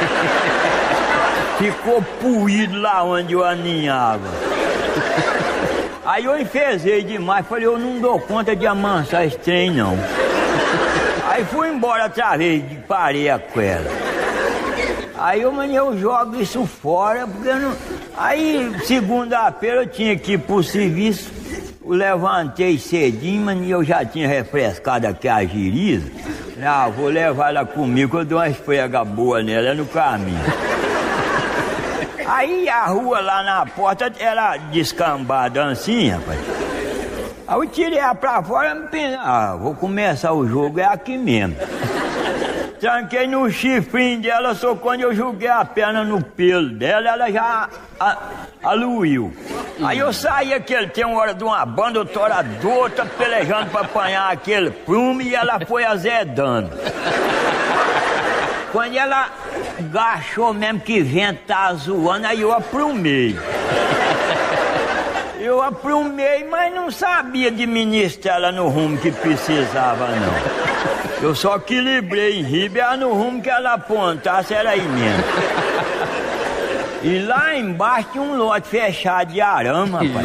Ficou puído lá onde eu aninhava. Aí eu enfezei demais, falei, eu não dou conta de amansar esse trem não. Aí fui embora outra vez, parei com ela. Aí eu jogo isso fora, porque eu não... Aí segunda-feira eu tinha que ir pro serviço, eu levantei cedinho, mas eu já tinha refrescado aqui a giriza. Ah, vou levar ela comigo, eu dou uma esfrega boa nela no caminho. Aí a rua lá na porta era descambada assim, rapaz. Aí eu tirei ela pra fora e pensei, vou começar o jogo, é aqui mesmo. Tranquei no chifrinho dela, só quando eu joguei a perna no pelo dela, ela já aluiu. Aí eu saí tem uma hora de uma banda, outra hora de outra, pelejando pra apanhar aquele prumo e ela foi azedando. Quando ela agachou mesmo que vento tá zoando, aí eu aprumei. Eu aprumei, mas não sabia administrar ela no rumo que precisava, não. Eu só equilibrei em riba, ela no rumo que ela apontasse era aí mesmo. E lá embaixo tinha um lote fechado de arame, rapaz.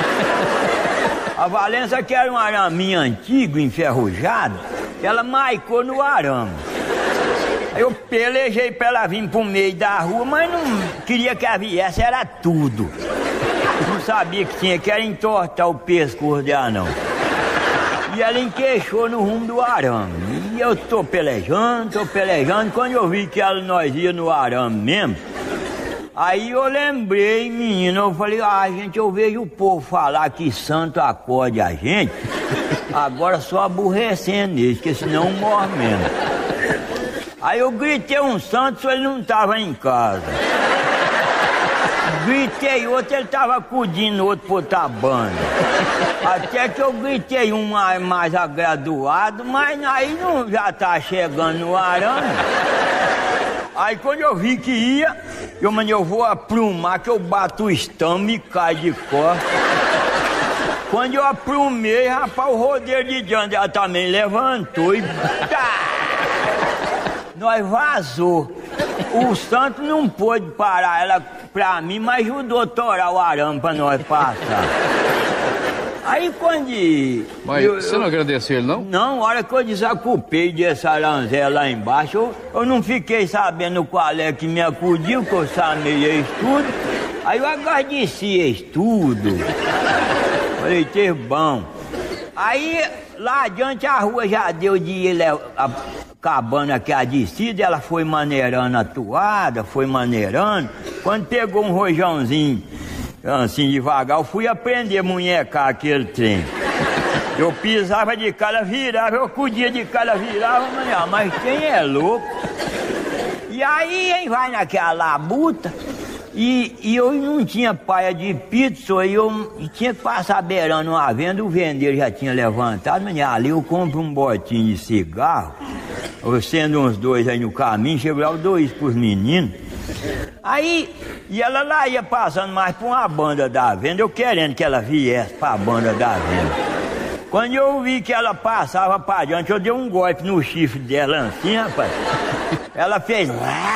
A Valença, que era um araminho antigo, enferrujado, ela maicou no arame. Eu pelejei pra ela vir pro meio da rua, mas não queria que ela viesse, era tudo. Não sabia que tinha que era entortar o pescoço dela, não. E ela enqueixou no rumo do arame. E eu tô pelejando. Quando eu vi que nós ia no arame mesmo, aí eu lembrei, menino, eu falei, gente, eu vejo o povo falar que santo acorde a gente, agora só aborrecendo eles, porque senão morre mesmo. Aí eu gritei um santo, só ele não tava em casa. Gritei outro, ele tava acudindo outro por outra banda. Até que eu gritei um mais agraduado, mas aí não já tá chegando no arame. Aí quando eu vi que ia, eu vou aprumar que eu bato o estamo e cai de costas. Quando eu aprumei, rapaz, o rodeiro de diante ela também levantou e... Nós vazou. O santo não pôde parar ela pra mim, mas ajudou a torar o arame pra nós passar. Aí quando... Mas você não agradeceu ele, não? Não, a hora que eu desacupei desse aranzé lá embaixo, eu não fiquei sabendo qual é que me acudiu, que eu sabia isso tudo. Aí eu agradeci isso tudo. Falei, teve bom. Aí lá adiante a rua já deu de ir acabando aqui a descida, ela foi maneirando a toada, foi maneirando. Quando pegou um rojãozinho, assim devagar, eu fui aprender a munhecar aquele trem. Eu pisava de cara, virava, eu acudia de cara, virava, mas quem é louco? E aí vai naquela labuta, e eu não tinha paia de pizza, e eu tinha que passar beirando uma venda, o vendeiro já tinha levantado, mas ali eu compro um botinho de cigarro, eu sendo uns 2 aí no caminho, chego lá, 2 pros meninos. Aí, e ela lá ia passando mais pra uma banda da venda, eu querendo que ela viesse pra banda da venda. Quando eu vi que ela passava pra diante, eu dei um golpe no chifre dela assim, rapaz. Ela fez...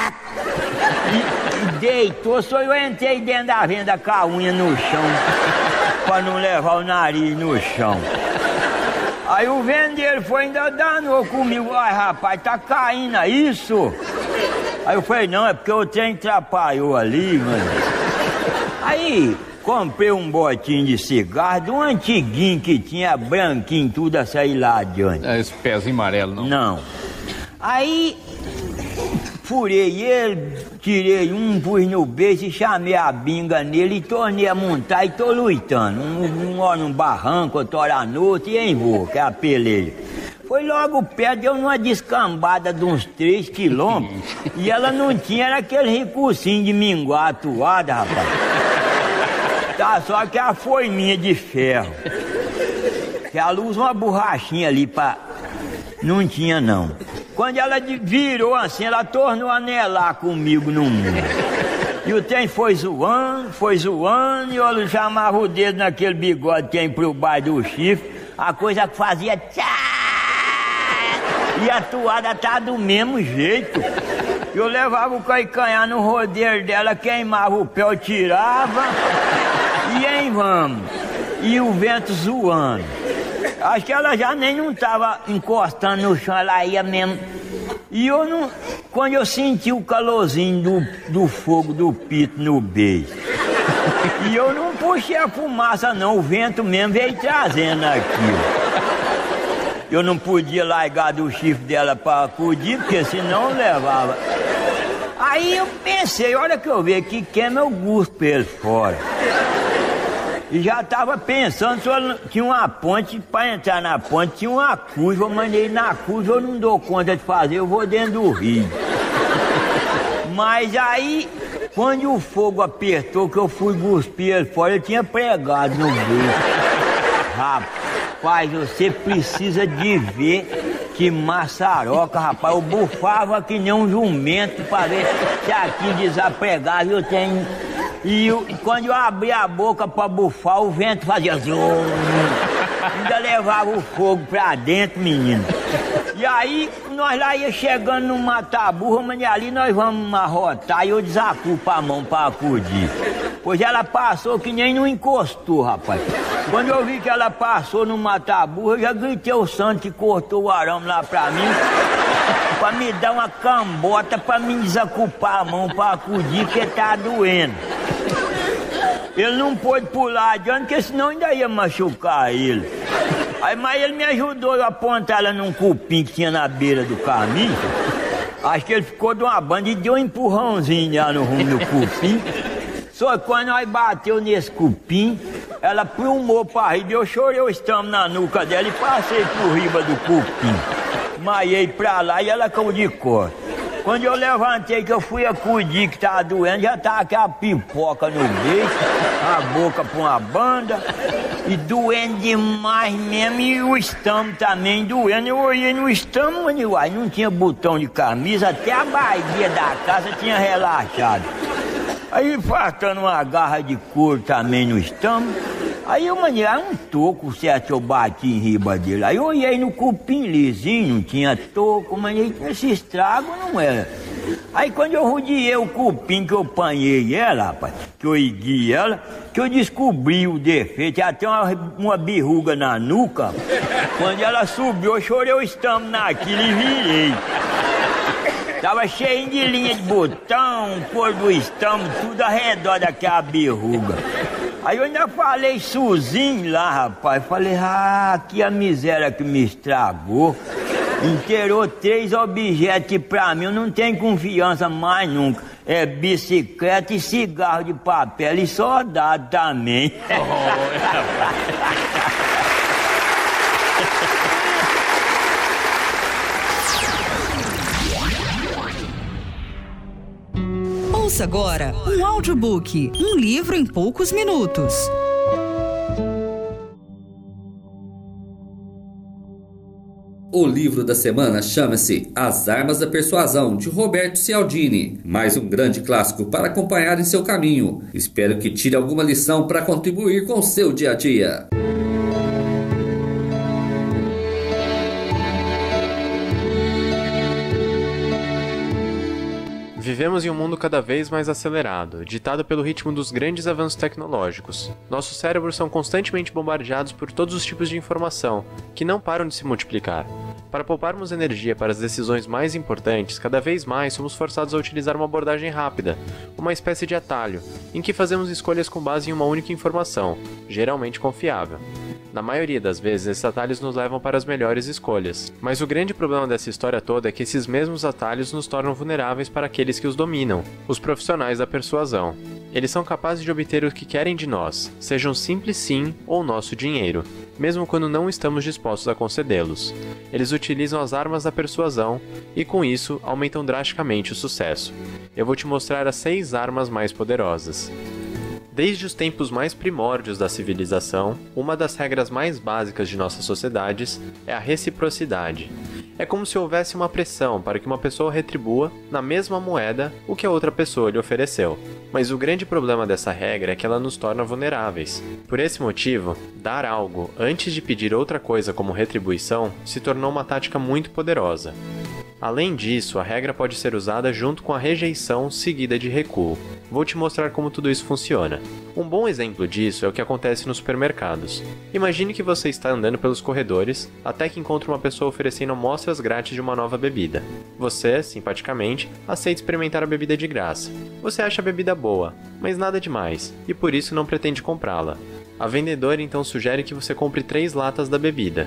E deitou, só eu entrei dentro da venda com a unha no chão, pra não levar o nariz no chão. Aí o vendeiro foi ainda danou comigo, rapaz, tá caindo isso? Aí eu falei, não, é porque o trem atrapalhou ali, mano. Aí comprei um botinho de cigarro, de um antiguinho que tinha branquinho, tudo a sair lá adiante. Esse pezinho amarelo, não? Não. Aí furei ele, tirei um, pus no beijo e chamei a binga nele e tornei a montar e tô lutando. Um hora num barranco, outra hora à noite e em voo, que é a peleja. Foi logo perto, deu numa descambada de uns 3 quilômetros e ela não tinha, era aquele recursinho de minguar a toada, rapaz. Tá, só que ela foi minha de ferro. Que ela usa uma borrachinha ali pra... Não tinha, não. Quando ela virou assim, ela tornou a anelar comigo no mundo. E o trem foi zoando, e eu chamava o dedo naquele bigode que tem pro baixo do chifre, a coisa que fazia tchá! E a toada tá do mesmo jeito. Eu levava o calcanhar no rodeiro dela, queimava o pé, eu tirava, e em vamos. E o vento zoando. Acho que ela já nem não tava encostando no chão, ela ia mesmo. E eu não... Quando eu senti o calorzinho do fogo do pito no beijo, e eu não puxei a fumaça não, o vento mesmo veio trazendo aquilo. Eu não podia largar do chifre dela para acudir, porque senão levava. Aí eu pensei, olha que eu vi aqui, queima eu guspo ele fora. E já estava pensando, só tinha uma ponte, para entrar na ponte tinha uma curva, eu mandei na curva, eu não dou conta de fazer, eu vou dentro do rio. Mas aí, quando o fogo apertou, que eu fui cuspir ele fora, eu tinha pregado no beijo. Rapaz, você precisa de ver que maçaroca, rapaz. Eu bufava que nem um jumento para ver se aqui desapregava eu tenho... E quando eu abria a boca para bufar, o vento fazia zoom. Ainda levava o fogo pra dentro, menino. E aí, nós lá ia chegando no mata-burra, mas ali nós vamos arrotar e eu desacupo a mão pra acudir. Pois ela passou que nem não encostou, rapaz. Quando eu vi que ela passou no mata-burra, eu já gritei o santo que cortou o arame lá pra mim, pra me dar uma cambota pra me desacupar a mão pra acudir, que tá doendo. Ele não pôde pular adiante, porque senão ainda ia machucar ele. Aí, mas ele me ajudou a apontar ela num cupim que tinha na beira do caminho. Acho que ele ficou de uma banda e deu um empurrãozinho lá no rumo do cupim. Só que quando nós bateu nesse cupim, ela plumou pra riba. Eu chorei o estômago na nuca dela e passei por riba do cupim. Maiei pra lá e ela caiu de cor. Quando eu levantei que eu fui acudir que tava doendo, já tava aquela pipoca no beijo, a boca pra uma banda, e doendo demais mesmo, e o estômago também doendo. Eu olhei no estômago, mas não tinha botão de camisa, até a barriga da casa tinha relaxado. Aí faltando uma garra de couro também no estômago. Aí eu mandei um toco, certo, eu bati em riba dele. Aí eu olhei no cupim lisinho, não tinha toco, mas esse estrago não era. Aí quando eu rodeei o cupim, que eu apanhei ela, rapaz, que eu ergui ela, que eu descobri o defeito, até uma berruga na nuca. Quando ela subiu, eu chorei o estômago naquilo e virei. Tava cheio de linha de botão, cor do estômago, tudo ao redor daquela berruga. Aí eu ainda falei sozinho lá, rapaz. Falei, que a miséria que me estragou. Inteirou 3 objetos que pra mim eu não tenho confiança mais nunca. É bicicleta e cigarro de papel e soldado também. Ouça agora um audiobook, um livro em poucos minutos. O livro da semana chama-se As Armas da Persuasão, de Roberto Cialdini. Mais um grande clássico para acompanhar em seu caminho. Espero que tire alguma lição para contribuir com o seu dia a dia. Vivemos em um mundo cada vez mais acelerado, ditado pelo ritmo dos grandes avanços tecnológicos. Nossos cérebros são constantemente bombardeados por todos os tipos de informação, que não param de se multiplicar. Para pouparmos energia para as decisões mais importantes, cada vez mais somos forçados a utilizar uma abordagem rápida, uma espécie de atalho, em que fazemos escolhas com base em uma única informação, geralmente confiável. Na maioria das vezes, esses atalhos nos levam para as melhores escolhas. Mas o grande problema dessa história toda é que esses mesmos atalhos nos tornam vulneráveis para aqueles que os dominam, os profissionais da persuasão. Eles são capazes de obter o que querem de nós, seja um simples sim ou nosso dinheiro, mesmo quando não estamos dispostos a concedê-los. Eles utilizam as armas da persuasão e, com isso, aumentam drasticamente o sucesso. Eu vou te mostrar as 6 armas mais poderosas. Desde os tempos mais primórdios da civilização, uma das regras mais básicas de nossas sociedades é a reciprocidade. É como se houvesse uma pressão para que uma pessoa retribua, na mesma moeda, o que a outra pessoa lhe ofereceu. Mas o grande problema dessa regra é que ela nos torna vulneráveis. Por esse motivo, dar algo antes de pedir outra coisa como retribuição se tornou uma tática muito poderosa. Além disso, a regra pode ser usada junto com a rejeição seguida de recuo. Vou te mostrar como tudo isso funciona. Um bom exemplo disso é o que acontece nos supermercados. Imagine que você está andando pelos corredores, até que encontra uma pessoa oferecendo amostras grátis de uma nova bebida. Você, simpaticamente, aceita experimentar a bebida de graça. Você acha a bebida boa, mas nada demais, e por isso não pretende comprá-la. A vendedora então sugere que você compre 3 latas da bebida.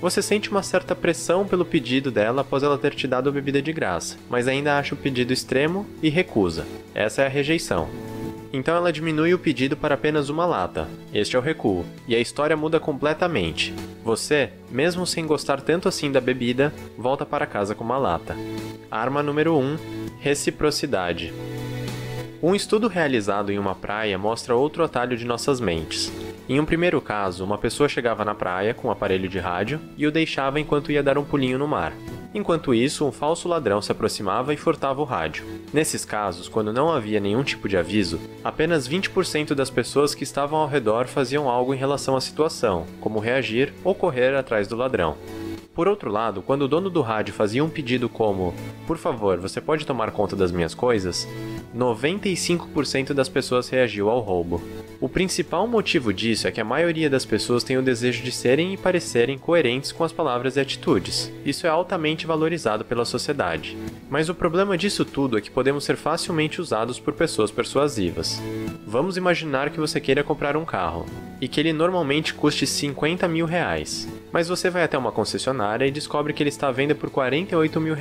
Você sente uma certa pressão pelo pedido dela após ela ter te dado a bebida de graça, mas ainda acha o pedido extremo e recusa. Essa é a rejeição. Então ela diminui o pedido para apenas uma lata. Este é o recuo, e a história muda completamente. Você, mesmo sem gostar tanto assim da bebida, volta para casa com uma lata. Arma número 1. Reciprocidade. Um estudo realizado em uma praia mostra outro atalho de nossas mentes. Em um primeiro caso, uma pessoa chegava na praia com um aparelho de rádio e o deixava enquanto ia dar um pulinho no mar. Enquanto isso, um falso ladrão se aproximava e furtava o rádio. Nesses casos, quando não havia nenhum tipo de aviso, apenas 20% das pessoas que estavam ao redor faziam algo em relação à situação, como reagir ou correr atrás do ladrão. Por outro lado, quando o dono do rádio fazia um pedido como "Por favor, você pode tomar conta das minhas coisas?", 95% das pessoas reagiu ao roubo. O principal motivo disso é que a maioria das pessoas tem o desejo de serem e parecerem coerentes com as palavras e atitudes. Isso é altamente valorizado pela sociedade. Mas o problema disso tudo é que podemos ser facilmente usados por pessoas persuasivas. Vamos imaginar que você queira comprar um carro, e que ele normalmente custe R$50 mil, mas você vai até uma concessionária e descobre que ele está à venda por R$48 mil.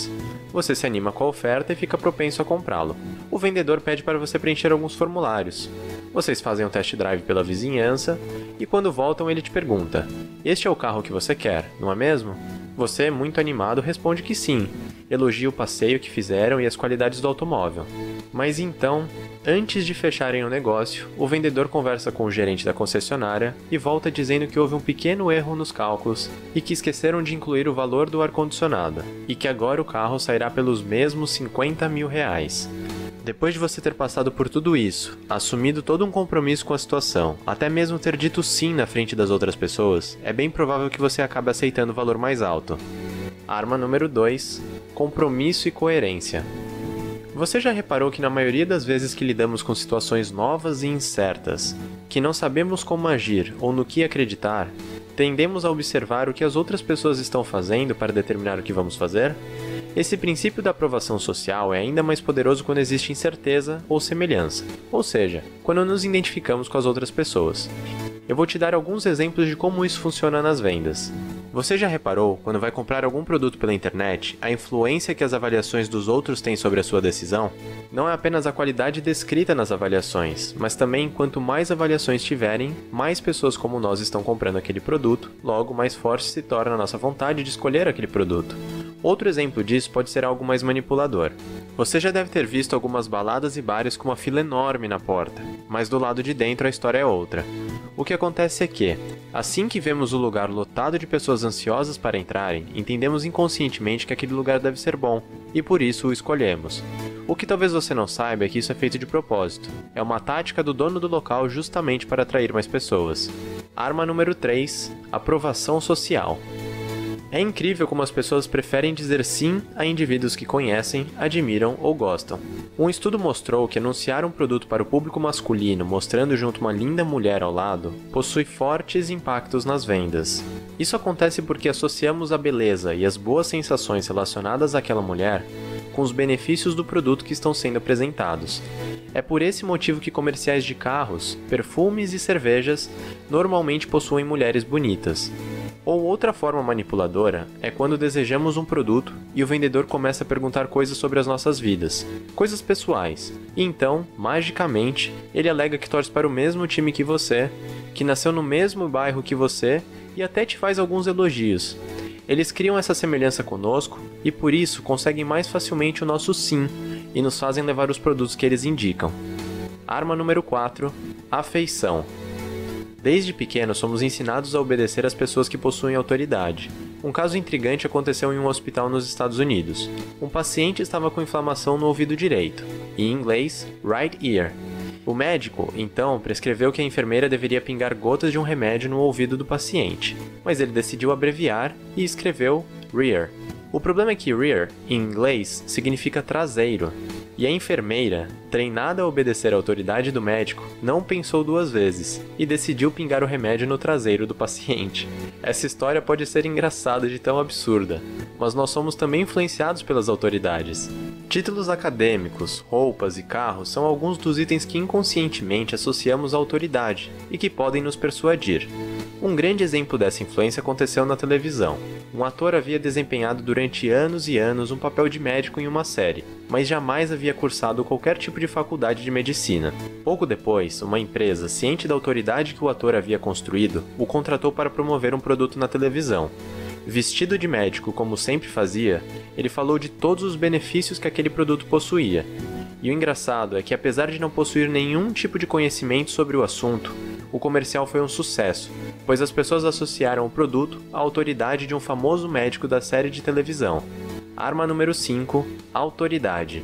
Você se anima com a oferta e fica propenso a comprá-lo. O vendedor pede para você preencher alguns formulários. Vocês fazem um test drive pela vizinhança, e quando voltam ele te pergunta: "Este é o carro que você quer, não é mesmo?" Você, muito animado, responde que sim, elogia o passeio que fizeram e as qualidades do automóvel. Mas então, antes de fecharem o negócio, o vendedor conversa com o gerente da concessionária e volta dizendo que houve um pequeno erro nos cálculos e que esqueceram de incluir o valor do ar-condicionado, e que agora o carro sairá pelos mesmos R$50 mil. Depois de você ter passado por tudo isso, assumido todo um compromisso com a situação, até mesmo ter dito sim na frente das outras pessoas, é bem provável que você acabe aceitando o valor mais alto. Arma número 2. Compromisso e coerência. Você já reparou que na maioria das vezes que lidamos com situações novas e incertas, que não sabemos como agir ou no que acreditar, tendemos a observar o que as outras pessoas estão fazendo para determinar o que vamos fazer? Esse princípio da aprovação social é ainda mais poderoso quando existe incerteza ou semelhança, ou seja, quando nos identificamos com as outras pessoas. Eu vou te dar alguns exemplos de como isso funciona nas vendas. Você já reparou, quando vai comprar algum produto pela internet, a influência que as avaliações dos outros têm sobre a sua decisão? Não é apenas a qualidade descrita nas avaliações, mas também quanto mais avaliações tiverem, mais pessoas como nós estão comprando aquele produto, logo mais forte se torna a nossa vontade de escolher aquele produto. Outro exemplo disso pode ser algo mais manipulador. Você já deve ter visto algumas baladas e bares com uma fila enorme na porta, mas do lado de dentro a história é outra. O que acontece é que, assim que vemos o lugar lotado de pessoas ansiosas para entrarem, entendemos inconscientemente que aquele lugar deve ser bom, e por isso o escolhemos. O que talvez você não saiba é que isso é feito de propósito. É uma tática do dono do local justamente para atrair mais pessoas. Arma número 3. Aprovação social. É incrível como as pessoas preferem dizer sim a indivíduos que conhecem, admiram ou gostam. Um estudo mostrou que anunciar um produto para o público masculino mostrando junto uma linda mulher ao lado possui fortes impactos nas vendas. Isso acontece porque associamos a beleza e as boas sensações relacionadas àquela mulher com os benefícios do produto que estão sendo apresentados. É por esse motivo que comerciais de carros, perfumes e cervejas normalmente possuem mulheres bonitas. Ou outra forma manipuladora é quando desejamos um produto e o vendedor começa a perguntar coisas sobre as nossas vidas, coisas pessoais, e então, magicamente, ele alega que torce para o mesmo time que você, que nasceu no mesmo bairro que você e até te faz alguns elogios. Eles criam essa semelhança conosco e por isso conseguem mais facilmente o nosso sim e nos fazem levar os produtos que eles indicam. Arma número 4. Afeição. Desde pequenos somos ensinados a obedecer às pessoas que possuem autoridade. Um caso intrigante aconteceu em um hospital nos Estados Unidos. Um paciente estava com inflamação no ouvido direito, em inglês, right ear. O médico, então, prescreveu que a enfermeira deveria pingar gotas de um remédio no ouvido do paciente, mas ele decidiu abreviar e escreveu rear. O problema é que rear, em inglês, significa traseiro, e a enfermeira, treinada a obedecer à autoridade do médico, não pensou duas vezes e decidiu pingar o remédio no traseiro do paciente. Essa história pode ser engraçada de tão absurda, mas nós somos também influenciados pelas autoridades. Títulos acadêmicos, roupas e carros são alguns dos itens que inconscientemente associamos à autoridade e que podem nos persuadir. Um grande exemplo dessa influência aconteceu na televisão. Um ator havia desempenhado durante anos e anos um papel de médico em uma série, mas jamais havia cursado qualquer tipo de faculdade de medicina. Pouco depois, uma empresa, ciente da autoridade que o ator havia construído, o contratou para promover um produto na televisão. Vestido de médico como sempre fazia, ele falou de todos os benefícios que aquele produto possuía. E o engraçado é que, apesar de não possuir nenhum tipo de conhecimento sobre o assunto, o comercial foi um sucesso, pois as pessoas associaram o produto à autoridade de um famoso médico da série de televisão. Arma número 5, autoridade.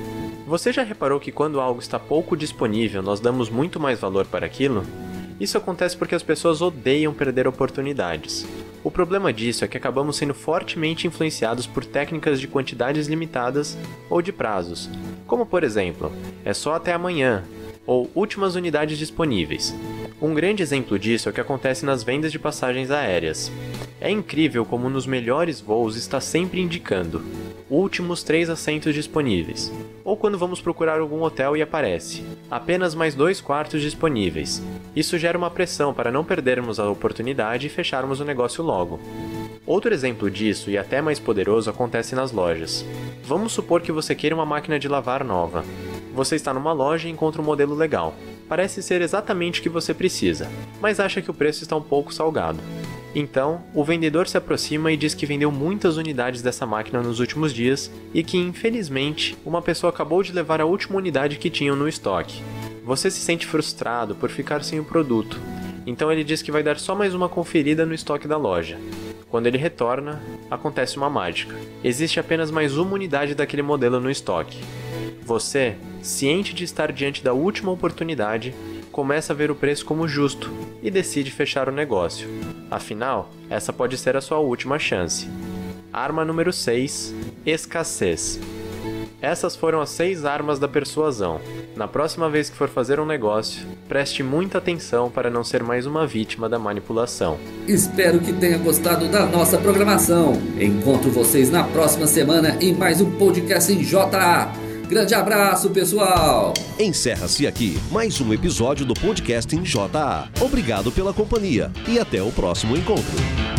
Você já reparou que quando algo está pouco disponível, nós damos muito mais valor para aquilo? Isso acontece porque as pessoas odeiam perder oportunidades. O problema disso é que acabamos sendo fortemente influenciados por técnicas de quantidades limitadas ou de prazos, como por exemplo, é só até amanhã, ou últimas unidades disponíveis. Um grande exemplo disso é o que acontece nas vendas de passagens aéreas. É incrível como nos melhores voos está sempre indicando últimos 3 assentos disponíveis, ou quando vamos procurar algum hotel e aparece apenas mais 2 quartos disponíveis. Isso gera uma pressão para não perdermos a oportunidade e fecharmos o negócio logo. Outro exemplo disso, e até mais poderoso, acontece nas lojas. Vamos supor que você queira uma máquina de lavar nova. Você está numa loja e encontra um modelo legal. Parece ser exatamente o que você precisa, mas acha que o preço está um pouco salgado. Então, o vendedor se aproxima e diz que vendeu muitas unidades dessa máquina nos últimos dias e que, infelizmente, uma pessoa acabou de levar a última unidade que tinham no estoque. Você se sente frustrado por ficar sem o produto, então ele diz que vai dar só mais uma conferida no estoque da loja. Quando ele retorna, acontece uma mágica. Existe apenas mais uma unidade daquele modelo no estoque. Você, ciente de estar diante da última oportunidade, começa a ver o preço como justo e decide fechar o negócio. Afinal, essa pode ser a sua última chance. Arma número 6, escassez. Essas foram as 6 armas da persuasão. Na próxima vez que for fazer um negócio, preste muita atenção para não ser mais uma vítima da manipulação. Espero que tenha gostado da nossa programação. Encontro vocês na próxima semana em mais um podcast em JA. Grande abraço, pessoal! Encerra-se aqui mais um episódio do podcast em JA. Obrigado pela companhia e até o próximo encontro.